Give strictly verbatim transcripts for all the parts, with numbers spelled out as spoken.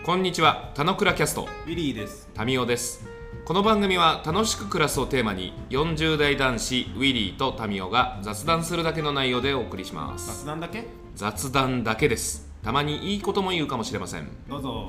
こんにちは、たのくらキャストウィリーです。 タミオです。この番組は楽しく暮らすをテーマによんじゅう代男子ウィリーとタミオが雑談するだけの内容でお送りします。 雑談だけ？ 雑談だけです。たまにいいことも言うかもしれません。 どうぞ。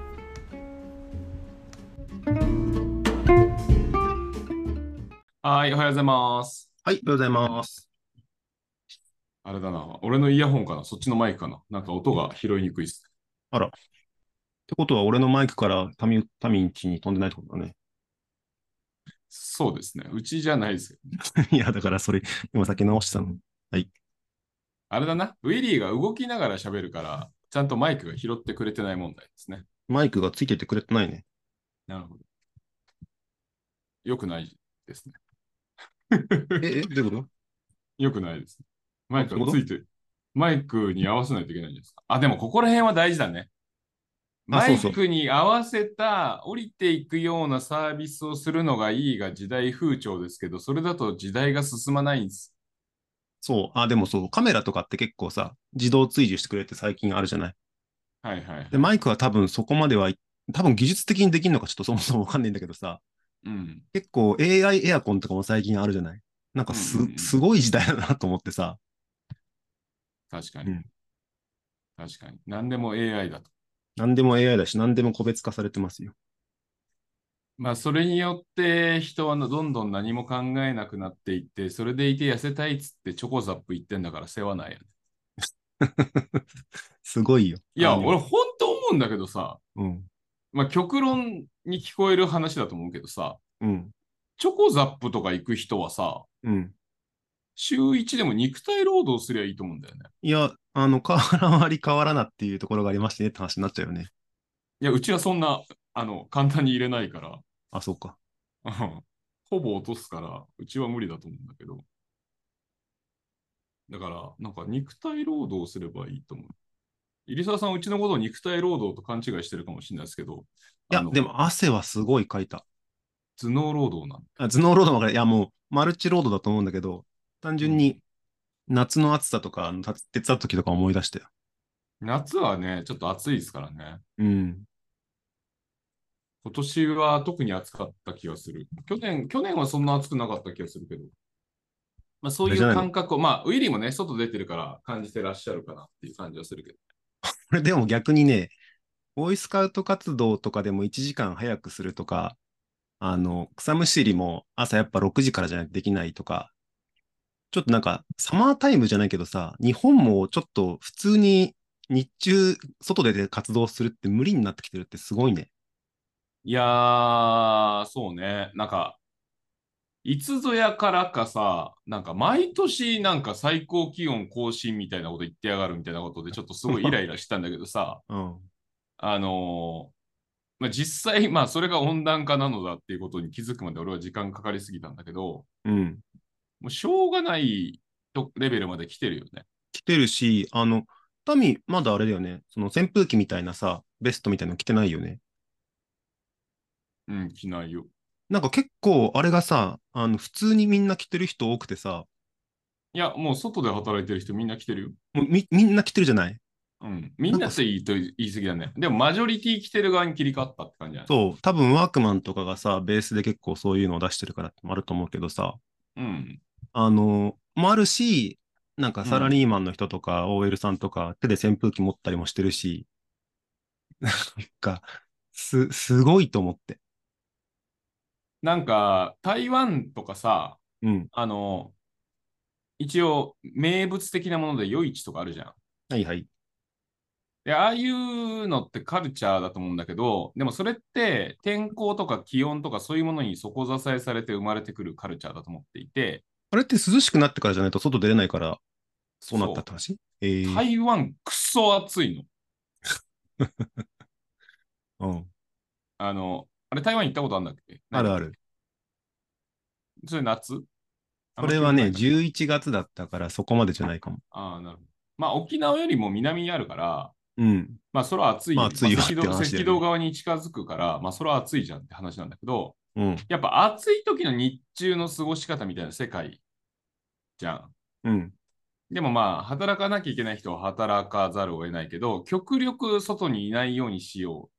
はい、おはようございます。 はい、おはようございます。 あれだな、俺のイヤホンかな、そっちのマイクかな、なんか音が拾いにくいっす。 あら。ってことは、俺のマイクからタミ、タミンチに飛んでないってことだね。 そうですね、うちじゃないですよ。 いや、だからそれ、今先直したの。はい。 あれだな、ウィリーが動きながら喋るから、ちゃんとマイクが拾ってくれてない問題ですね。 マイクがついててくれてないね。 なるほど。よくないですね。 え、え、どういうこよくないです。マイクあそういうことがついて、マイクに合わせないといけないんじゃないですか。あ、でもここら辺は大事だね。 あ、 マイそうそう。 クに合わせた降りていくようなサービスをするのがいいが時代風潮ですけど、それだと時代が進まないんです。 そう。あ、でもそう、カメラとかって結構さ、自動追従してくれって最近あるじゃない。 はいはいはい。 で、マイクは多分そこまでは、多分技術的にできるのかちょっとそもそもわかんないんだけどさ、 うん。 結構 エーアイ エアコンとかも最近あるじゃない。なんかす、 うんうんうん。 すごい時代だなと思ってさ。 確かに。 うん。 確かに。何でも エーアイ だと。 何でも エーアイ だし、何でも個別化されてますよ。 まあ、それによって人はどんどん何も考えなくなっていって、それでいて痩せたいっつってチョコザップ言ってんだから世話ないよね。 すごいよ。 いや、 あの、 俺本当思うんだけどさ、 うん、 まあ極論に聞こえる話だと思うけどさ、 うん、 チョコザップとか行く人はさ、 うん。 週いちでも肉体労働すりゃいいと思うんだよね。 いや、あの、変わり変わらなっていうところがありましてねって話になっちゃうよね。 いや、うちはそんな、あの、簡単に入れないから、 あ、そうか。 うんほぼ落とすから、うちは無理だと思うんだけど。だから、なんか肉体労働すればいいと思う。入澤さん、うちのことを肉体労働と勘違いしてるかもしれないですけど、 いや、 あの、 でも汗はすごいかいた。 頭脳労働なんで。 あ、頭脳労働もかる。いや、もう、マルチ労働だと思うんだけど、単うん。 純に夏の暑さとか、あのた手伝った時とか思い出したよ。 夏はね、ちょっと暑いですからね。 うん。 今年は特に暑かった気がする。去年、去年はそんな暑くなかった気がするけど、まあ、そういうあれじゃないの。 感覚を、まあ、ウィリーもね、外出てるから感じてらっしゃるかなっていう感じはするけど。 これでも逆にね、ボーイスカウト活動とかでもいちじかん早くするとか、あの、草むしりも朝やっぱろくじからじゃないとできないとか、ちょっとなんか、サマータイムじゃないけどさ、日本もちょっと普通に日中、外で活動するって無理になってきてるってすごいね。 いやー、そうね。なんか、いつぞやからかさ、なんか毎年なんか最高気温更新みたいなこと言ってやがるみたいなことでちょっとすごいイライラしたんだけどさ、 うん。 あのーまあ、実際、まあそれが温暖化なのだっていうことに気づくまで俺は時間かかりすぎたんだけど、 うん。 もうしょうがないとレベルまで来てるよね。 来てるし、あの、タミ、まだあれだよね。その扇風機みたいなさ、ベストみたいなの着てないよね。 うん、着ないよ。 なんか結構、あれがさ、あの、普通にみんな着てる人多くてさ、 いや、もう外で働いてる人みんな着てるよ。 もうみ、みんな着てるじゃない。 うん。みんなっなんかそ、 て言いと言い過ぎだね。でもマジョリティ着てる側に切り替わったって感じじゃない？ そう、多分ワークマンとかがさ、ベースで結構そういうのを出してるからってもあると思うけどさ、 うん。 あの、もあるし、なんかサラうん。 リーマンの人とか オーエル さんとか手で扇風機持ったりもしてるし、なんか、す、すごいと思って。 なんか、台湾とかさ、 うん。 あの、一応名物的なもので夜市とかあるじゃん。 はいはい。 で、ああいうのってカルチャーだと思うんだけど、でもそれって天候とか気温とかそういうものに底支えされて生まれてくるカルチャーだと思っていて、 あれって涼しくなってからじゃないと外出れないから、そうなったっそう。 て話。ええ台湾クソ暑いの。 ー、うん。 あの、あれ台湾行ったことあるんだっけ？ないんだっけ？ あるある。 それ夏？あんまそれはね、 記憶ないんだけど。 じゅういちがつだったからそこまでじゃないかも。 ああ、なるほど。まあ沖縄よりも南にあるから、 うん。 まあそれは暑まあ、 い。まあ暑いわって赤道、赤話だよね。 道側に近づくから、まあそれは暑いじゃんって話なんだけど、 うん。 やっぱ暑い時の日中の過ごし方みたいな世界じゃん。 うん。 でもまあ、働かなきゃいけない人は働かざるを得ないけど、極力外にいないようにしよう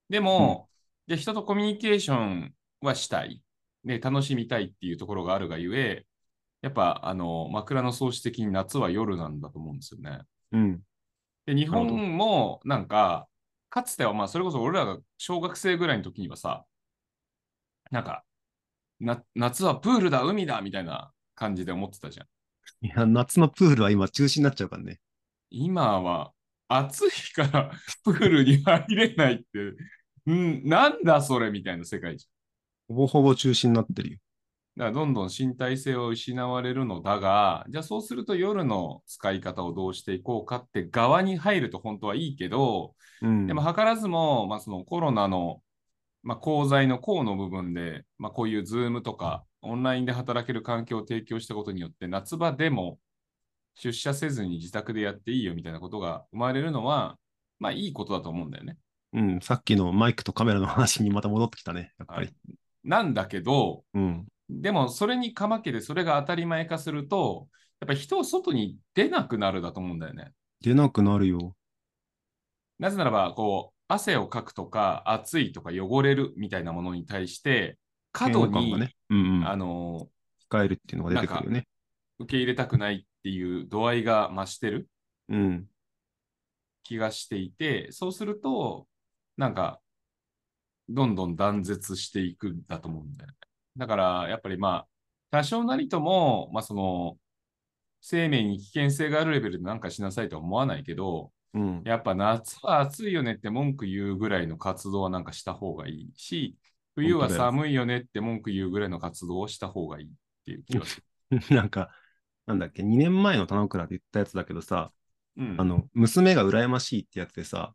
でうん。 も、で、人とコミュニケーションはしたい。で、楽しみたいっていうところがあるがゆえ、やっぱ、あの、枕草子的に夏は夜なんだと思うんですよね。 うん。 で、日なるほど。 本も、なんか、かつては、まあ、それこそ俺らが小学生ぐらいの時にはさ、なんか、な、夏はプールだ、海だ、みたいな感じで思ってたじゃん。 いや、夏のプールは今中止になっちゃうからね。 今は、暑いからプールに入れないって、ん、なんだそれみたいな世界じほぼほぼ中止になってるよ。 ゃん。だからどんどん身体性を失われるのだが、じゃあそうすると夜の使い方をどうしていこうかって側に入ると本当はいいけど、でもうん。 図らずも、まあ、そのコロナの、まあ、功罪の功の部分で、まあ、こういうズームとかオンラインで働ける環境を提供したことによって夏場でも出社せずに自宅でやっていいよみたいなことが生まれるのは、まあいいことだと思うんだよね。 うん。さっきのマイクとカメラの話にまた戻ってきたね。やっぱはい。 り。 なんだけど、 うん。 でもそれにかまけてそれが当たり前化すると、やっぱり人を外に出なくなるだと思うんだよね。 出なくなるよ。 なぜならば、こう、汗をかくとか、暑いとか汚れるみたいなものに対して、過嫌度に、 悪感がね。うんうん。 あの、 控えるっていうのが出なんか、 てくるよね。 受け入れたくないっていう度合いが増してるうん。 気がしていて、そうすると、なんか、どんどん断絶していくんだと思うんだよね。だから、やっぱりまあ、多少なりとも、まあその、生命に危険性があるレベルでなんかしなさいとは思わないけど、 うん。 やっぱ夏は暑いよねって文句言うぐらいの活動はなんかした方がいいし、冬は本当だよ。 寒いよねって文句言うぐらいの活動をした方がいいっていう気はする。 なんか、なんだっけ、にねんまえの田之倉で言ったやつだけどさ、 うん。 あの、娘が羨ましいってやつでさ、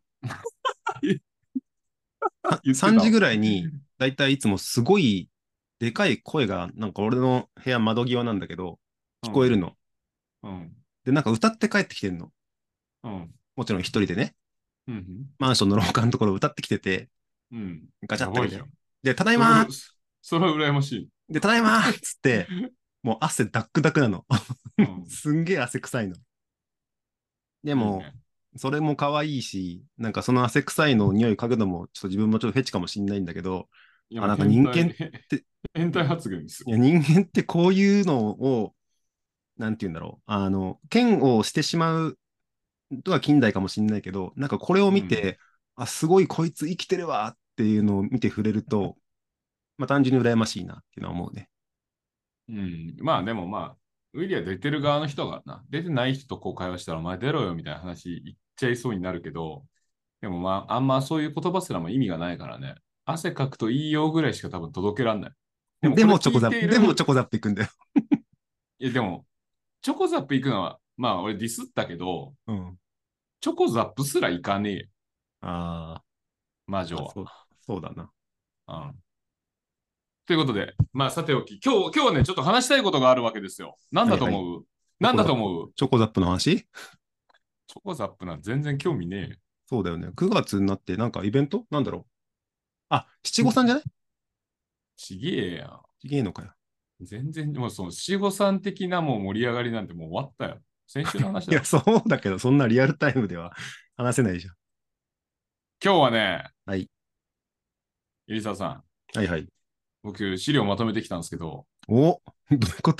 さんじ言ってたわ。 ぐらいに、だいたいいつもすごいでかい声が、なんか俺の部屋窓際なんだけど、 うん。 聞こえるの。 うん。 で、なんか歌って帰ってきてんの。 うん。 もちろん一人でね、 うん。 マンションの廊下のところ歌ってきてて、 うん。 ガチャって開けて。 やばいじゃん。 で、ただいそれは、 まーそれは羨ましい。 で、ただいまーっつって、もう汗ダックダクなの。 うん。 すんげえ汗臭いの。でも、 いいね。 それも可愛いし、なんかその汗臭いの匂い嗅ぐのも、ちょっと自分もちょっとフェチかもしんないんだけど、あ、 いや、もうなんか変態、 人間っへて、 変態発言です。 いや人間ってこういうのを、なんて言うんだろう。あの、嫌悪してしまうとは近代かもしんないけど、なんかこれをうん。 見て、あ、すごいこいつ生きてるわっていうのを見て触れると、まあ単純に羨ましいなっていうのは思うね。 うん。まあでもまあ、ウィリア出てる側の人がな、出てない人とこう会話したら、お前出ろよみたいな話言っちゃいそうになるけど、でもまあ、あんまそういう言葉すらも意味がないからね。汗かくといいよぐらいしか多分届けらんない。でもでこれ聞いもチョコザップ、 ている、 でもチョコザップ行くんだよ。 いやでも、チョコザップ行くのは、まあ俺ディスったけど、 うん。 チョコザップすら行かねえよ、 あ魔女あ、そう、 は。 そうだな。 うん。ということで、まあさておき、今日、今日はね、ちょっと話したいことがあるわけですよ。なんはいはい。チだと思うョなんコザップ。 だと思うチョコザップの話。 チョコザップなんて全然興味ねそうだよね。くがつになってなんかイベントなんだろう。あ、七えよ。 五三じゃない？ ちげえやちげえのかよ。 ん。全然、もうその七五三的なもう盛り上がりなんてもう終わったよ。先週の話いや、 だろ。 そうだけど、そんなリアルタイムでは話せないじゃん。 今日はね、 はい。 入澤さん、 はいはい。 僕、資料まとめてきたんですけど、 お、どういうこと？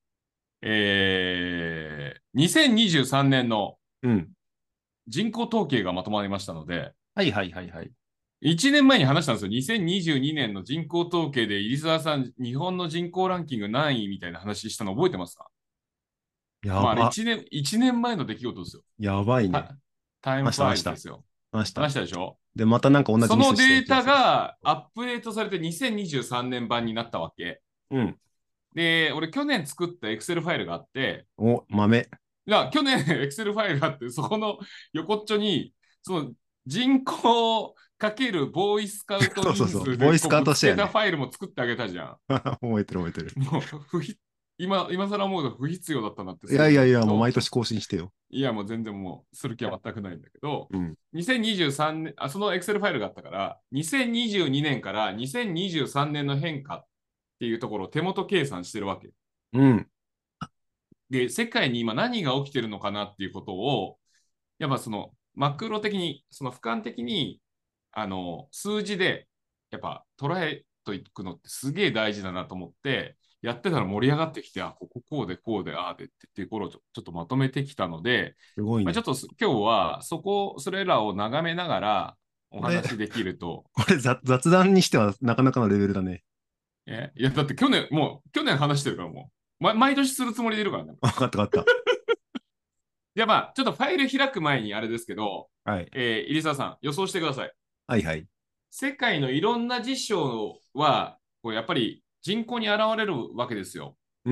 えー、にせんにじゅうさんねんのうん。 人口統計がまとまりましたので、 はいはいはいはい。 いちねんまえに話したんですよ。にせんにじゅうにねんの人口統計で入澤さん、日本の人口ランキング何位みたいな話したの覚えてますか？まあ、あれやば。 いちねん、いちねんまえの出来事ですよ。 やばいね。 タタイムフ話した話した。 ライズですよ。 話した。 話したでしょ？ で、またなんか同じそミスしてるのデータ気がする。 がアップデートされてにせんにじゅうさんねん版になったわけ。 うん。 で、俺去年作った Excel ファイルがあって、 お、豆。 いや、去年 Excel ファイルがあって、そこの横っちょに、その人口かけるボーイスカウトそうそうそう。 人数ボーイスカウでこうぶつトしたよね。 けたファイルも作ってあげたじゃん。 覚えてる覚えてる。 もう不必今、今更思うと不必要だったなっていすごい思やいやいや、もううんだけど、 毎年更新してよ。 いや、もう全然もうする気は全くないんだけど、 うん。 にせんにじゅうさんねん、あ、その Excel ファイルがあったから、にせんにじゅうにねんからにせんにじゅうさんねんの変化っていうところを手元計算してるわけ。 うん。 で、世界に今何が起きてるのかなっていうことを、やっぱそのマクロ的に、その俯瞰的にあの、数字で、やっぱ捉えといくのってすげえ大事だなと思って、やってたら盛り上がってきて、あ、こここうでこうで、ああでってっていう頃をちょちょっとまとめてきたので、まあ、ちょっすごいね。 とす今日はそこ、それらを眺めながらおこれ、 話しできると、 これ雑雑談にしてはなかなかのレベルだね。 え、いや、だって去年、もう、去年話してるからもう、ま、毎年するつもりでいるからね。 わかったわかっじゃあまあ、ちょっとファイル開く前にあれですけど、 た。はい。 えー、入澤さん、予想してください。 はいはい。 世界のいろんな事象は、こうやっぱり人口に現れるわけですよ。 うん。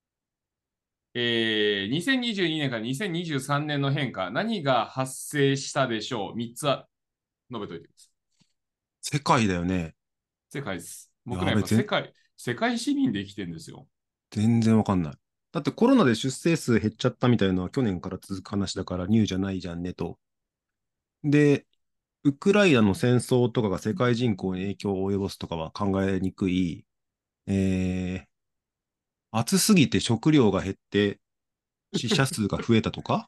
えー、にせんにじゅうにねんからにせんにじゅうさんねんの変化、何が発生したでしょう？ みっ つは述べといてください。 世界だよね。 世界です。僕らやっやべ、ぜんぱ世界、世界市民で生きてるんですよ。 全然わかんない。だってコロナで出生数減っちゃったみたいのは去年から続く話だからニューじゃないじゃんねと。で、ウクライナの戦争とかが世界人口に影響を及ぼすとかは考えにくい。えー、暑すぎて食料が減って死者数が増えたとか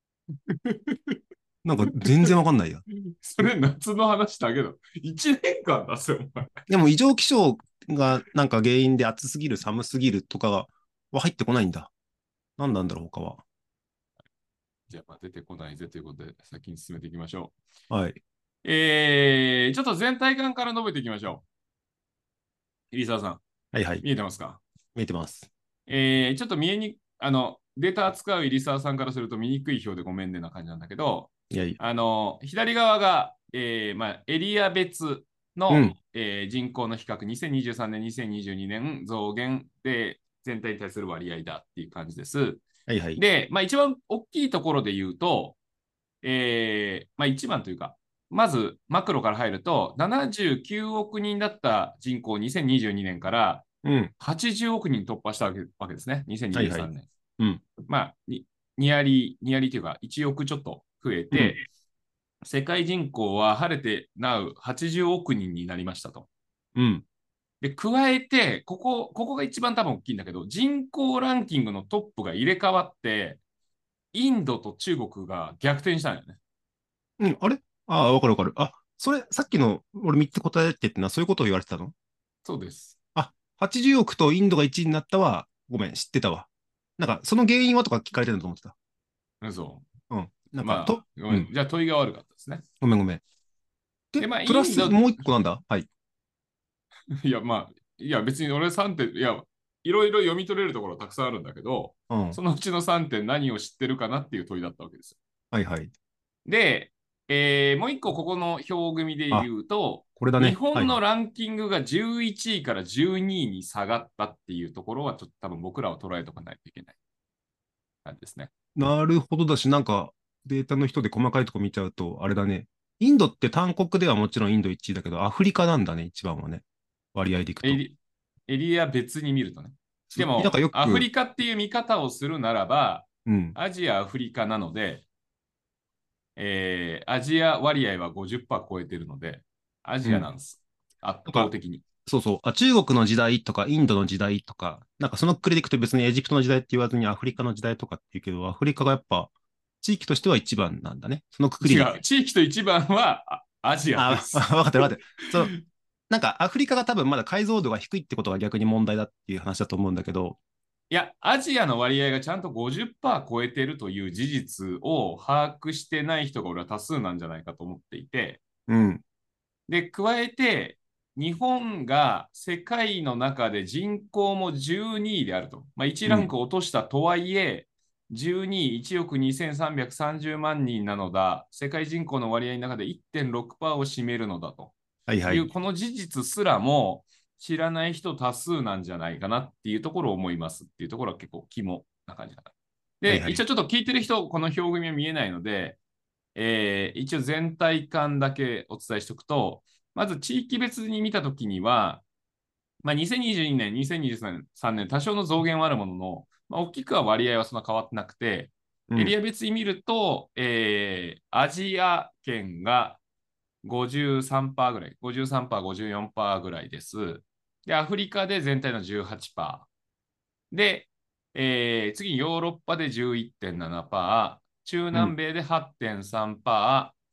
なんか全然わかんないや。 それ夏の話だけど、いちねんかんだぜ、お前。 でも異常気象がなんか原因で暑すぎる、寒すぎるとかは入ってこないんだ。何なんだろう、他は。 じゃあ、まあ出てこないぜということで、先に進めていきましょはい。 う。えー、ちょっと全体感から述べていきましょう。入澤さん、 はいはい。 見えてますか？ 見えてます。 えー、ちょっと見えに、あの、データ扱う入澤さんからすると見にくい表でごめんねな感じなんだけど、 いやいや。 あの、左側が、えーまあ、エリア別の、 うん。 えー人口の比較、にせんにじゅうさんねん、にせんにじゅうにねん増減で全体に対する割合だっていう感じです。 はいはい。 で、まあ、一番大きいところで言うと、えーまあ、一番というか、まずマクロから入ると、ななじゅうきゅうおく人だった人口、にせんにじゅうにねんからうん。 はちじゅうおく人突破したわけわけですね、 はいは 2023 い。 年。 うん。 まあ、にニアリー、ニアリーというか、いちおくちょっと増えうん。 て、世界人口は晴れてなうはちじゅうおく人になりましたと。 うん。 で、加えて、ここ、ここが一番多分大きいんだけど、人口ランキングのトップが入れ替わって、インドと中国が逆転したんだよね。 うん。あれああ、わかるわかる。あ、それ、さっきの俺みっつ答えてってのはそういうことを言われてたの？ そうです。 あ、はちじゅうおくとインドがいちいになったは、ごめん、知ってたわ。なんか、その原因はとか聞かれてるのと思ってた。 そうん。なう。 んか、と、 まあ、ごうん。 めん。じゃあ問いが悪かったですね。 ごめんごめん。で、 で、まあ、 プラスインド、 もう一個なんだ。はい。 いや、まあ、いや、別に俺さんてん、いや、いろいろ読み取れるところたくさんあるんだけど、 うん。 そのうちのさんてん何を知ってるかなっていう問いだったわけですよ。 はいはい。 で、えーもう一個ここの表組であ、 言うと、日これだね。はいはい。 本のランキングがじゅういちいからじゅうにいに下がったっていうところは、ちょっと多分僕らは捉えとかないといけない感じですね。 なるほどだし、なんか、データの人で細かいとこ見ちゃうと、あれだね。インドって単国ではもちろんインドいちいだけど、アフリカなんだね、一番はね。割合でいくと。 エリ、エリア別に見るとね。でなんかも、アフよく、 リカっていう見方をするならば、 うん。 アジア、アフリカなので、えーアジア割合はごじゅっパーセント超えてるので、アジアうん。 なんです。圧とか、 倒的に。 そうそう。あ、中国の時代とか、インドの時代とか、なんかそのくくりでいくと別にエジプトの時代って言わずにアフリカの時代とかって言うけど、アフリカがやっぱ地域としては一番なんだね。そのくくり違う。 でいく。 地域と一番はあアジアであ、わす。 かってるわかってる。その、なんかアフリカが多分まだ解像度が低いってことが逆に問題だっていう話だと思うんだけど、 いや、アジアの割合がちゃんとごじゅっパーセント超えてるという事実を把握してない人が俺は多数なんじゃないかと思っていて、 うん、 で、加えて、日本が世界の中で人口もじゅうにいであると。まあ、いちうん、 ランク落としたとはいえ、じゅうにい、いちおくにせんさんびゃくさんじゅうまん人なのだ。世界人口の割合の中でいってんろくパーセントを占めるのだという、 はいはい。 この事実すらも知らない人多数なんじゃないかなっていうところを思いますっていうところは結構肝な感じだから。で、 はいはい。 一応ちょっと聞いてる人、この表組は見えないので、えー一応全体感だけお伝えしておくと、まず地域別に見たときには、まあ、にせんにじゅうにねん、にせんにじゅうさんねん、多少の増減はあるものの、まあ、大きくは割合はそんな変わってなくて、 うん、 エリア別に見ると、えーアジア圏がごじゅうさんパーセントぐらい、ごじゅうさんパーセント、ごじゅうよんパーセントぐらいです。で、アフリカで全体のじゅうはちパーセント。で、えー次にヨーロッパでじゅういってんななパーセント、中うん、 南米ではってんさんパーセント、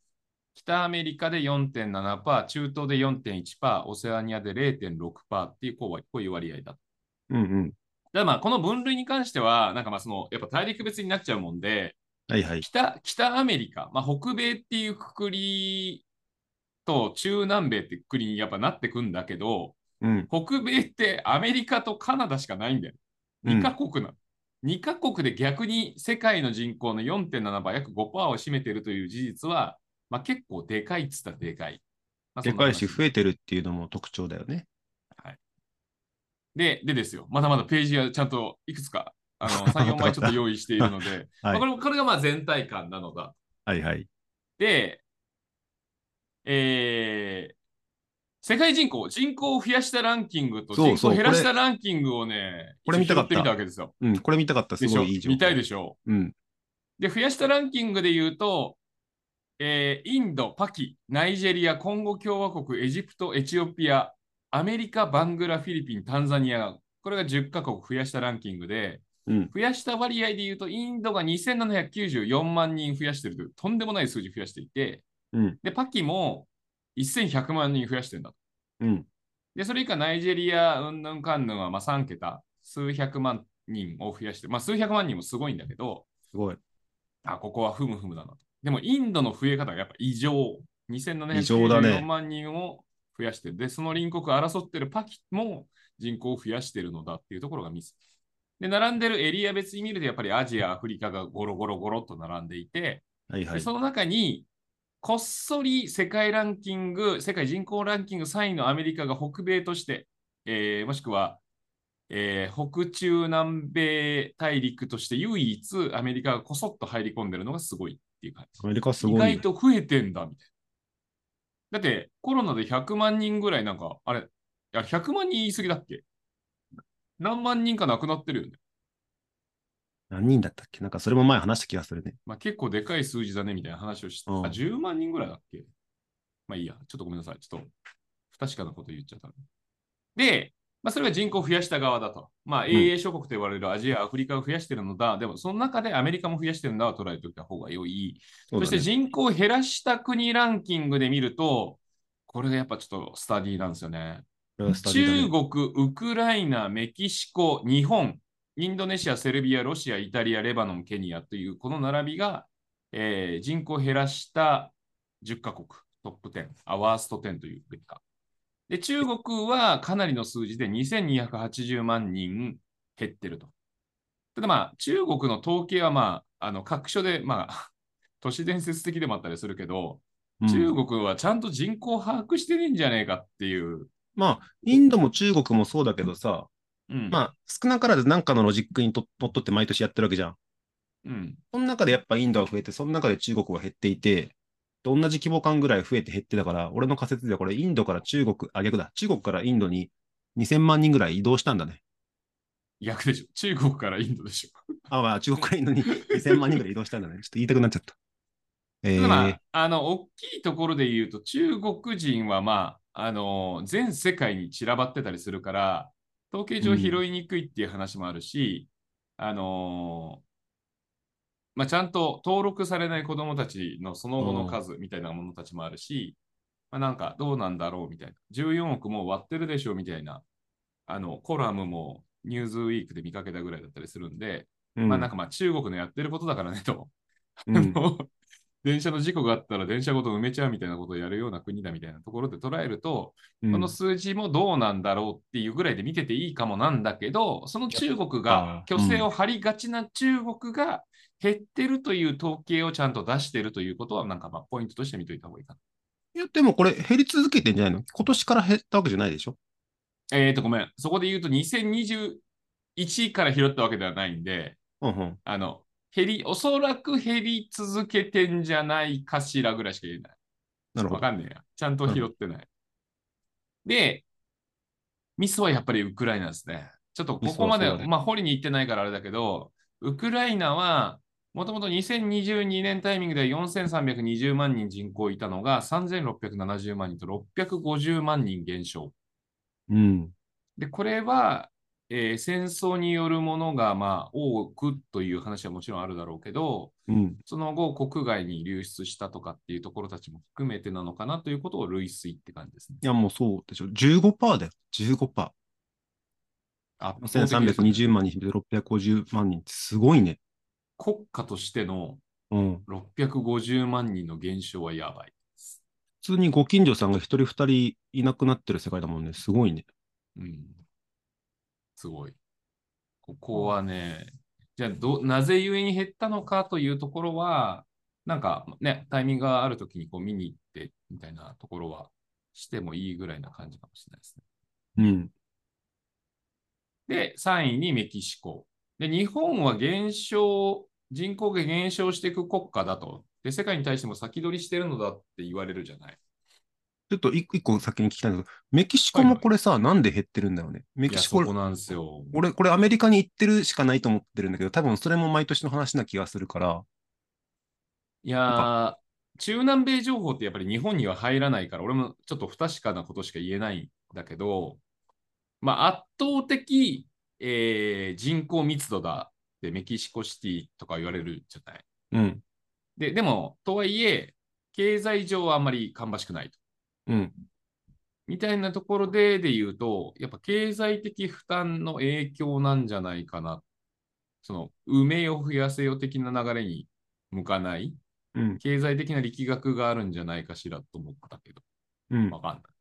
北アメリカで よんてんななパーセント、中東で よんてんいちパーセント、オセアニアで れいてんろくパーセントっていうこうこういう割合だ。 うんうん。 だまあこの分類に関しては、なんかまあそのやっぱ大陸別になっちゃうもんで、 はいはい。 北、北アメリカ、まあ、北米っていうくくりと中南米ってくくりにやっぱなってくんだけど、 うん。 北米ってアメリカとカナダしかないんだよ。にカうん。 国なの。にカ国で逆に世界の人口のよんてんななパーセント、約ごパーセントを占めているという事実は、まあ、結構でかいっつったらでかい。まあ、そんなでかいし、 話です。 増えてるっていうのも特徴だよね。 はい。で、でですよ。まだまだページがちゃんといくつか、あの、さん、4 わかったわかった。 枚ちょっと用意しているので、まあ、こはい。 れこれがまあ全体感なのだ。 はいはい。 で、えー、世界人口、人口を増やしたランキングと人口をそうそう。これ、 減らしたランキングをね、 これ一応拾ってみた見たかった。 わけですよ。 うん。これ見たかった。すでしごいょ見たいいい情報。 でしょうん。 で、増やしたランキングで言うと、えーインド、パキ、ナイジェリア、コンゴ共和国、エジプト、エチオピア、アメリカ、バングラ、フィリピン、タンザニア、これがじゅっカ国増やしたランキングで、 うん。 増やした割合で言うと、インドがにせんななひゃくきゅうじゅうよんまん人増やしているという、とんでもない数字増やしていて、 うん。 で、パキもせんひゃくまん人増やしてるんだ。 うん。 で、それ以下ナイジェリア、うんぬんかんぬんはまあさん桁、数百万人を増やして、まあ数百万人もすごいんだけど、 すごい。 あ、ここはふむふむだなと。でもインドの増え方がやっぱ異常。 異 2794 常だね。 万人を増やしてる。で、その隣国争ってるパキも人口を増やしてるのだっていうところがミス。で、並んでるエリア別に見ると、やっぱりアジア、アフリカがゴロゴロゴロっと並んでいて、で、 はいはい。 その中に、こっそり世界ランキング、世界人口ランキングさんいのアメリカが北米として、えーもしくは、えー北中南米大陸として唯一アメリカがこそっと入り込んでるのがすごいっていう感じ。 アメリカす意ごいよ。 外と増えてんだみたいな。だってコロナでひゃくまん人ぐらいなんか、あれ、いやひゃくまん人言い過ぎだっけ？何万人か亡くなってるよね。 何人だったっけ？なんかそれも前話した気がするね。 まあ結構でかい数字だねみたいな話をして、あ、 うん。 じゅうまん人ぐらいだっけ？まあいいや、ちょっとごめんなさい。ちょっと不確かなこと言っちゃった。で、まあ、それが人口を増やした側だと。まあ、 うん。 英英諸国と言われるアジア、アフリカを増やしているのだ。でも、その中でアメリカも増やしているのだと捉えておいた方が良い。そしてそうだね。 人口を減らした国ランキングで見ると、これがやっぱちょっとスタディなんですよね。 これはスタディだね。 中国、ウクライナ、メキシコ、日本、インドネシア、セルビア、ロシア、イタリア、レバノン、ケニアというこの並びが、えー人口を減らしたじゅっカ国、トップじゅう、あ、ワーストじゅうというべきか。で、中国はかなりの数字でにせんにひゃくはちじゅうまん人減ってると。ただまあ、中国の統計はまあ、あの、各所で、まあ、都市伝説的でもあったりするけど、 うん。 中国はちゃんと人口を把握してねえんじゃねえかっていう。 まあ、インドも中国もそうだけどさ、 うん、 まあ、少なからず何かのロジックにとのっとって毎年やってるわけじゃん。 うん。 その中でやっぱインドは増えて、その中で中国は減っていて、同じ規模感ぐらい増えて減ってたから、俺の仮説ではこれインドから中国、あ、逆だ。中国からインドににせんまん人ぐらい移動したんだね。 逆でしょ。中国からインドでしょ。 あ、まあ、中国からインドににせんまん人ぐらい移動したんだね。ちょっと言いたくなっちゃった。 ただまえあ、あの、大きいところで言うと、中国人はまあ、あの、全世界に散らばってたりするから、統計ー、う上ん、 拾いにくいっていう話もあるし、あのまあ、ちゃんと登録されない子どもたちのその後のうん、 数みたいなものたちもあるし、まあ、なんかどうなんだろうみたいな。じゅうよんおくも割ってるでしょみたいな、あの、コラムもニューズウィークで見かけたぐらいだったりするんで、 うん、 まあなんかまあ中国のやってることだからねと。 うん。 あの電車の事故があったら電車ごと埋めちゃうみたいなことをやるような国だみたいなところで捉えると、このうん。 数字もどうなんだろうっていうぐらいで見てていいかもなんだけど、そのやっ中国が、 ぱ、 虚勢をうん。 張りがちな中国が減ってるという統計をちゃんと出してるということは、なんかまあポイントとして見といた方がいいかいや、でもこれ減り続けてんじゃないの？今年から減ったわけじゃないでしょ？ な。えーと、ごめん。そこで言うとにせんにじゅういちから拾ったわけではないんで、 うんうん。 あの、減り、おそらく減り続けてんじゃないかしらぐらいしか言えない。 なるほど。 わかんねえや。ちゃんとなるほど。 拾ってない。で、ミスはやっぱりウクライナですね。ちょっとミここまで、 スはそうだね。 まあ、掘りに行ってないからあれだけど、ウクライナは、もともとにせんにじゅうにねんタイミングでよんせんさんびゃくにじゅうまん人人口いたのがさんぜんろっぴゃくななじゅうまん人とろっぴゃくごじゅうまん人減少。 うん。 で、これはえー戦争によるものがまあ多くという話はもちろんあるだろうけど、 うん。 その後国外に流出したとかっていうところたちも含めてなのかなということを類推って感じですね。 いや、もうそうでしょ。じゅうごパーセントだよ。じゅうごパーセント。 圧倒的ですよ 1320 ね。 万人、ろっぴゃくごじゅうまん人ってすごいね。 国家としてのうん。 ろっぴゃくごじゅうまん人の減少はやばいです。 普通にご近所さんが一人二人いなくなってる世界だもんね。すごいね。 うん、すごい。ここはね、じゃあど、なぜゆえに減ったのかというところは、なんかね、タイミングがあるときにこう見に行ってみたいなところはしてもいいぐらいな感じかもしれないですね。 うん。 で、さんいにメキシコ。で、日本は減少、人口が減少していく国家だと。で、世界に対しても先取りしてるのだって言われるじゃない。 ちょっと一個一個先に聞きたいんだけど、メキシコはいはい。 もこれさ、なんで減ってるんだろうね。メいや、 キシコ、 そこなんですよ。 俺、これアメリカに行ってるしかないと思ってるんだけど、多分それも毎年の話な気がするから、 いなんか、 やー、中南米情報ってやっぱり日本には入らないから、俺もちょっと不確かなことしか言えないんだけど、まあ、圧倒的、えー人口密度だってメキシコシティとか言われるじゃない。 うん、 で、でも、とはいえ、経済上はあんまり芳しくないと。 うん、 みたいなところでで言うと、やっぱ経済的負担の影響なんじゃないかな。その、埋めよ増やせよ的な流れに向かない、 うん、 経済的な力学があるんじゃないかしらと思ったけど、 うん。 わかんない。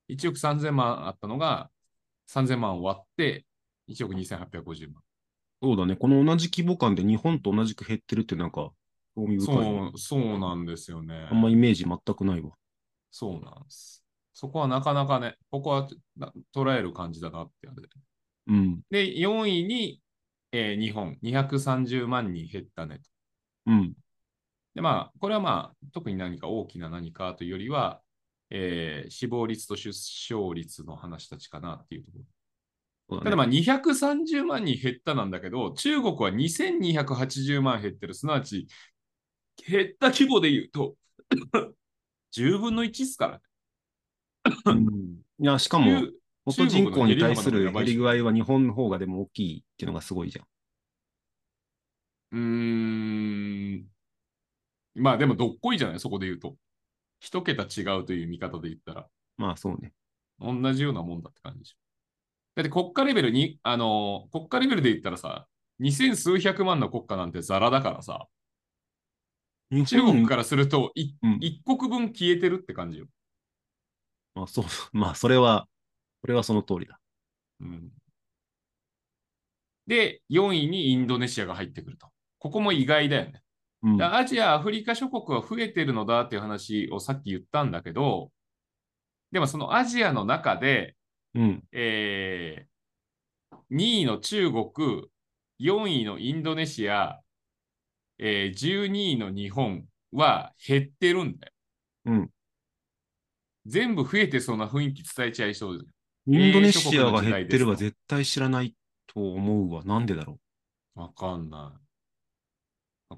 いちおくさんぜんまんあったのが、さんぜんまん割って、いちおくにせんはっぴゃくごじゅうまん。 そうだね。この同じ規模感で日本と同じく減ってるってなんか、興味深いね。 そう、そうなんですよね。 あんまイメージ全くないわ。 そうなんです。そこはなかなかね、ここは捉える感じだなってあれ。 うん、 で、よんいに、えー日本、にひゃくさんじゅうまん人減ったねと。 うん。 で、まあ、これはまあ、特に何か大きな何かというよりは、えー死亡率と出生率の話たちかなっていうところ。 そうだね。 ただまあ、にひゃくさんじゅうまん人減ったなんだけど、中国はにせんにひゃくはちじゅうまん減ってる。すなわち、減った規模で言うと、じゅうぶんのいちですからね。 うん。いや、しかも、 中、 元中国の人口に減り幅の方がや対するばいでしょ。 減り具合は日本の方がでも大きいっていうのがすごいじゃん。 うーん。まあでもどっこいじゃないそこで言うと。一桁違うという見方で言ったら、 まあそうね。 同じようなもんだって感じでしょ。だって国家レベルに、あのー国家レベルで言ったらさ、二千数百万の国家なんてザラだからさ、 日本、 中国からするというん。 一国分消えてるって感じよ。 まあそう、まあそれは、それはその通りだ。 うん、で、よんいにインドネシアが入ってくると。ここも意外だよね。 うん。 アジア、アフリカ諸国は増えてるのだっていう話をさっき言ったんだけど、でもそのアジアの中で、 うん。 えー、にいの中国、よんいのインドネシア、えー、じゅうにいの日本は減ってるんだよ。 うん。 全部増えてそうな雰囲気伝えちゃいそうで。 インドえー、 ネ諸国の時シアが減ってれば代ですと。 絶対知らないと思うわ。なんでだろわかんない。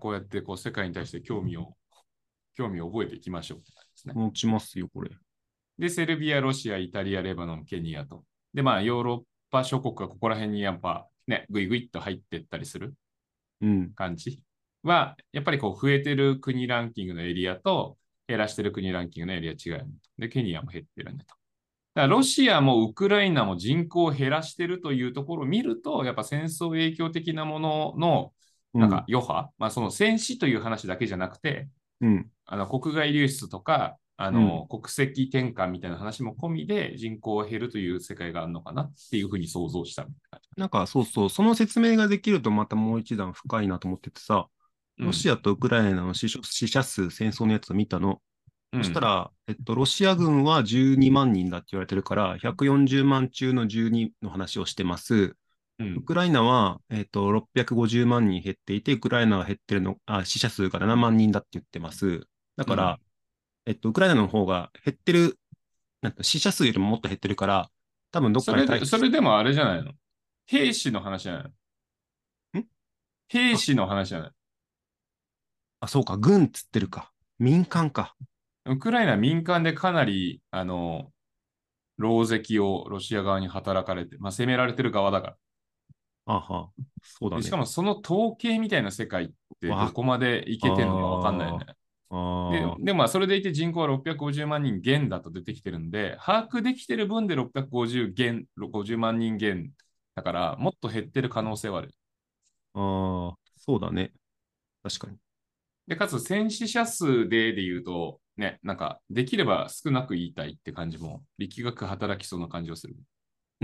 こうやってこう世界に対して興味を、興味を覚えていきましょうって感じですね。 う。持ちますよ、これ。 で、セルビア、ロシア、イタリア、レバノン、ケニアと。で、まあ、ヨーロッパ諸国がここら辺にやっぱね、ぐいぐいっと入っていったりするうん。 感じは、やっぱりこう増えてる国ランキングのエリアと減らしてる国ランキングのエリア違う、ね。で、ケニアも減ってるねと。だからロシアもウクライナも人口を減らしてるというところを見ると、やっぱ戦争影響的なものの、なんかうん。 余波、まあその戦死という話だけじゃなくて、 うん。 あの国外流出とか、あうん。 の国籍転換みたいな話も込みで人口が減るという世界があるのかなっていうふうに想像したなんかそうそう、その説明ができるとまたもう一段深いなと思っててさ、 うん。 ロシアとウクライナの死傷死者数、戦争のやつを見たの。 うん。 そしたら、えっと、ロシア軍はじゅうにまん人だって言われてるから、ひゃくよんじゅうまん中のじゅうにの話をしてます。 うん。 ウクライナは、えっと、ろっぴゃくごじゅうまん人減っていて、ウクライナは減ってるの、あ、死者数がななまん人だって言ってます。だから、 うん。 えっと、ウクライナの方が減ってる、なんか死者数よりももっと減ってるから、多分どっかにそれで、 退避し、 それでもあれじゃないの兵士の話じゃないのんあ、 兵士の話じゃないあ、そうか、軍っつってるか。民間か。 ウクライナ民間でかなり、あの、 狼藉をロシア側に働かれて、まあ、攻められてる側だから。 あは、そうだで、しね。 かもその統計みたいな世界ってどわ、 こまでいけてんのかわかんないよあね。 あ、 で、 ああ、 で、まあ、それでいて人口はろっぴゃくごじゅうまん人減だと出てきてるんで、把握できてる分でろっぴゃくごじゅう減、ごじゅうまん人減だから、もっと減ってる可能性はある。 ああ、そうだね。確かに。 で、かつ戦死者数でで言うと、ね、なんか、できれば少なく言いたいって感じも、力学働きそうな感じをする。 うん、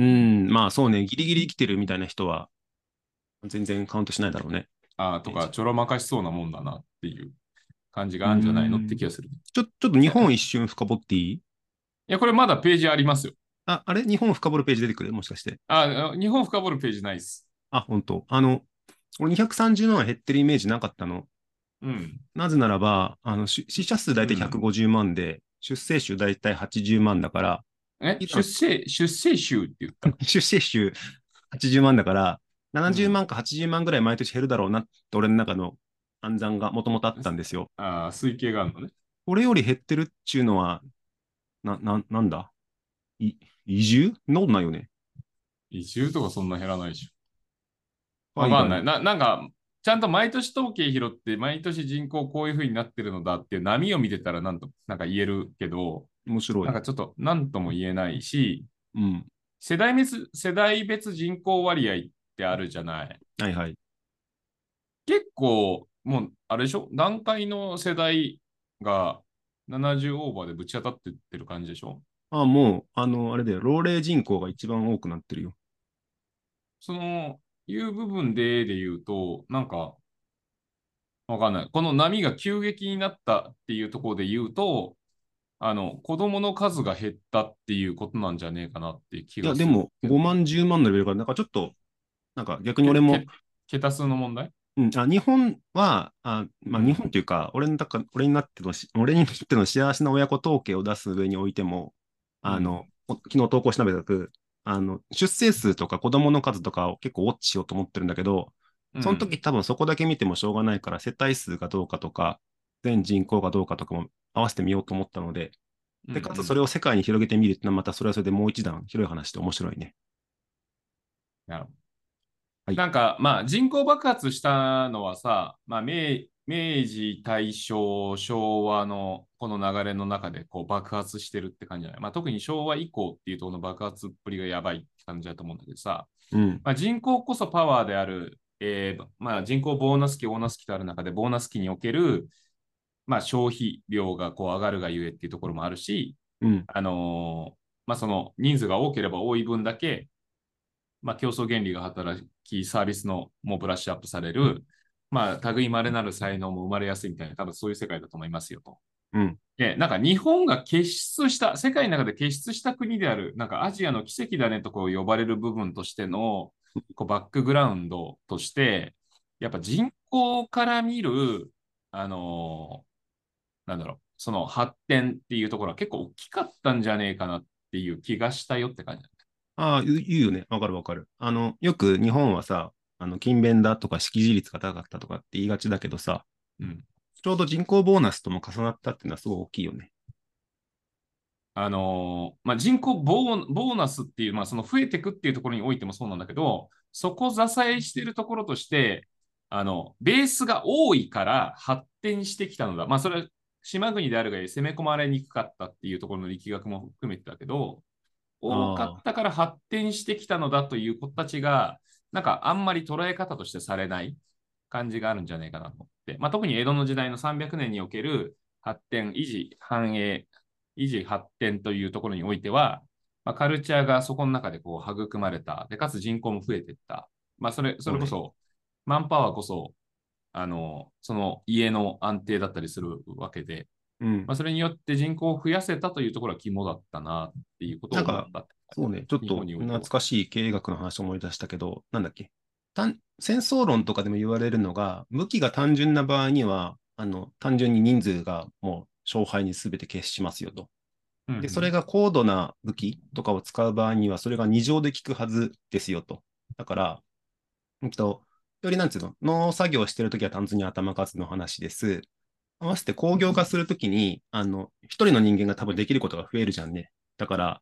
まあそうね、ギリギリ生きてるみたいな人は全然カウントしないだろうね。 ああ、とか、ちょろまかしそうなもんだなっていう感じがうあるんじゃないのってん。 気がする。 ちょ、ちょっと日いや、い本一瞬深掘っていい？ やこれまだページありますよ。 あ、あれ日本深掘るページ出てくるもしかして。 あ、日本深掘るページないっす。 あ、本当。あの、俺にひゃくさんじゅうまん減ってるイメージなかったの。 うん。 なぜならば、あの、し死者数大体うん。 ひゃくごじゅうまんで、出生数大体はちじゅうまんだから、 え、 イラン、 出生、出生州って言った。 出生数はちじゅうまんだから、70 うん。 万かはちじゅうまんぐらい毎年減るだろうなって俺の中の暗算がもともとあったんですよ。 ああ、推計があるのね。 これより減ってるっちゅうのは、な、な、なんだい、移住そんなことないよね。 移住とかそんな減らないでしょ。わ海外に。 かんない。な、なんか、ちゃんと毎年統計拾って、毎年人口こういう風になってるのだっていう波を見てたらなんと、なんか言えるけど、 面白い。 なんかちょっと何とも言えないし、 うん。 世代別、世代別人口割合ってあるじゃない。 はいはい。 結構、もう、あれでしょ段階の世代がななじゅうオーバーでぶち当たってってる感じでしょ。 あ、もう、あの、あれだよ。老齢人口が一番多くなってるよ。 その、いう部分で、で言うと、なんか、わかんない。この波が急激になったっていうところで言うと、あの、子供の数が減ったっていうことなんじゃねえかなっていう気いや、 がするでも、 けどね。 ごまん、じゅうまんのレベルから、なんかちょっと、なんか逆にけ、 俺も、 け、桁数の問題。 うん、あ、日本は、あ、まあ、日うん。 本っていうか、俺のだか、俺になってのし、俺にとっての幸せな親子統計を出す上においても、 うん。 あの、お昨日投稿したべたく、あの、出生数とか子供の数とかを結構ウォッチしようと思ってるんだけど、そのうん。 時多分そこだけ見てもしょうがないから、世帯数がどうかとか、全人口がどうかとかも合わせてみようと思ったので、 うん。うで、かつそん。 れを世界に広げてみるっていうのはまたそれはそれでもう一段広い話で面白いね。 なるほど。 はい。 なんか、まあ、人口爆発したのはさ、まあ、明、明治、大正、昭和のこの流れの中でこう爆発してるって感じじゃない。まあ、特に昭和以降っていうところの爆発っぷりがやばいって感じだと思うんだけどさ、 うん。 まあ、人口こそパワーである、えーまあ、人口ボーナス期、ボーナス期とある中で、ボーナス期における、まあ、消費量がこう上がるがゆえっていうところもあるし、 うん。 あのーまあ、その人数が多ければ多い分だけ、まあ、競争原理が働き、サービスのもブラッシュアップされる、まあ、類まれなる才能も生まれやすいみたいな、多分そういう世界だと思いますよと。 うん。 で、なんか日本が傑出した、世界の中で傑出した国である、なんかアジアの奇跡だねとこう呼ばれる部分としてのこうバックグラウンドとして、やっぱ人口から見る、あのーなんだろう、その発展っていうところは結構大きかったんじゃねえかなっていう気がしたよって感じ。 ああ、言う言うよね。わかるわかる。あの、よく日本はさ、あの、勤勉だとか識字率が高かったとかって言いがちだけどさ、 うん。 ちょうど人口ボーナスとも重なったっていうのはすごい大きいよね。 あのーまあ、人口ボーボーナスっていう、まあ、その増えていくっていうところにおいてもそうなんだけど、そこ支えしているところとして、あの、ベースが多いから発展してきたのだ。まあ、それは島国であるがゆえ攻め込まれにくかったっていうところの力学も含めてだけど、多かっああ、 たから発展してきたのだという子たちが、なんかあんまり捉え方としてされない感じがあるんじゃないかなと思って、まあ、特に江戸の時代のさんびゃくねんにおける発展、維持、繁栄、維持、発展というところにおいては、まあ、カルチャーがそこの中でこう育まれた。で、かつ人口も増えていった。まあ、それ、そそうね。 れこそ、マンパワーこそ、あの、その家の安定だったりするわけで、 うん。 まあ、それによって人口を増やせたというところは肝だったなっていうことをなんか、 思ったって感じだね。 そうね、ちょっ日本とにおいては。 懐かしい経営学の話を思い出したけど、なんだっけ。単戦争論とかでも言われるのが、武器が単純な場合には、あの、単純に人数がもう勝敗に全て決しますよと。で、それうんが高度な武器とかを使う場合には、それがに乗で効くはずですよと。だから、うんと、よりなんつうの、農作業してるときは単純に頭数の話です。合わせて工業化するときに、あの、一人の人間が多分できることが増えるじゃんね。だから、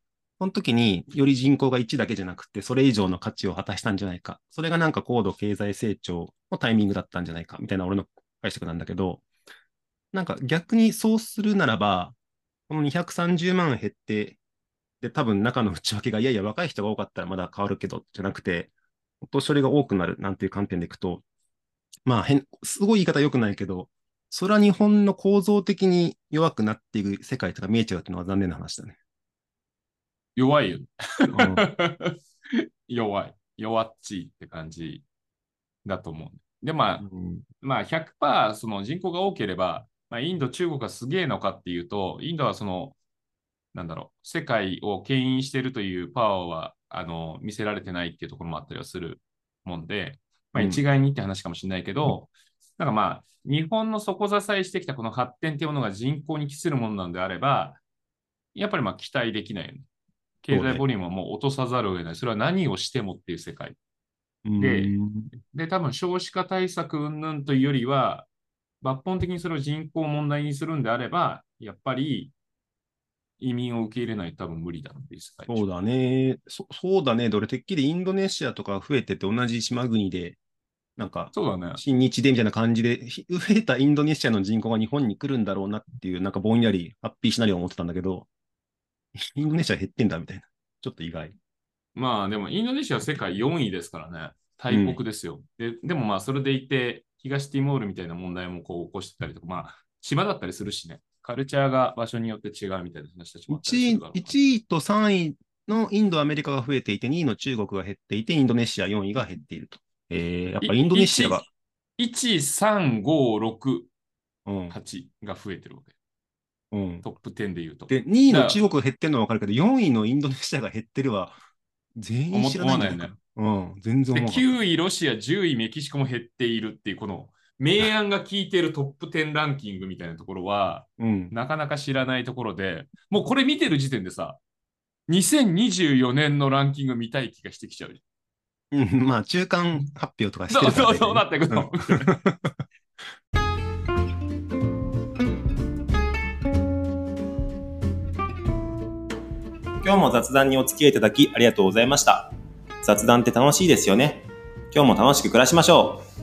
その時により人口がいちだけじゃなくて、それ以上の価値を果たしたんじゃないか。それがなんか高度経済成長のタイミングだったんじゃないか、みたいな俺の解釈なんだけど、なんか逆にそうするならば、このにひゃくさんじゅうまん減って、で、多分中の内訳が、いやいや、若い人が多かったらまだ変わるけど、じゃなくて、お年寄りが多くなるなんていう観点でいくと、まあ変、すごい言い方良くないけど、それは日本の構造的に弱くなっていく世界とか見えちゃうっていうのは残念な話だね。 弱いよ。 うん。 弱い。弱っちいって感じだと思う。で、まあ、 うん。 まあひゃくパーセントその人口が多ければ、まあ、インド、中国がすげえのかっていうと、インドはその、なんだろう、世界を牽引しているというパワーは、あの、見せられてないっていうところもあったりはするもんで、まあうん。 一概にって話かもしれないけど、なんかまあ、日本の底支えしてきたこの発展っていうものが人口に帰するものなんであれば、やっぱりまあ期待できないよね。経そうね。 済ボリュームはもう落とさざるを得ない。それは何をしてもっていう世界。 うで、 ん。 で、多分少子化対策云々というよりは、抜本的にそれを人口を問題にするんであれば、やっぱり移民を受け入れないと多分無理だっていう世界でしょ。 そうだね。そ、そうだね。どれてっきりインドネシアとか増えてて同じ島国で、なんか、 そうだね。 親日でみたいな感じで、ひ増えたインドネシアの人口が日本に来るんだろうなっていう、なんかぼんやりハッピーシナリオを思ってたんだけど、インドネシア減ってんだみたいな。ちょっと意外。 まあでもインドネシアは世界よんいですからね。大うん。 国ですよ。で、でもまあそれでいて、東ティモールみたいな問題もこう起こしてたりとか、まあ島だったりするしね。カルチャーが場所によって違うみたいな話たちもあったりす 1位、 るだろうから。 いちいとさんいのインド、アメリカが増えていて、にいの中国が減っていて、インドネシアよんいが減っていると。えー、やっぱいインドネシア 1、 が、 いち、さん、ご、ろく、 うん、 はちが増えてるわけ。 うん。 トップじゅうで言うと。 で、にいの中だから国が減ってるのはわかるけど、よんいのインドネシアが減ってるは、全員思知ら思わないよね。 ないんじゃないかな。うん、全然で、 思わなかった。 きゅういロシア、じゅういメキシコも減っているっていう、この明暗が効いているトップじゅうランキングみたいなところは、 うん。 なかなか知らないところで、もうこれ見てる時点でさ、にせんにじゅうよねんのランキング見たい気がしてきちゃう。 うん、まあ、中間発表とかしてるから、 そうそうそう大体ね。 なってくの。 うん。 今日も雑談にお付き合いいただきありがとうございました。雑談って楽しいですよね。今日も楽しく暮らしましょう。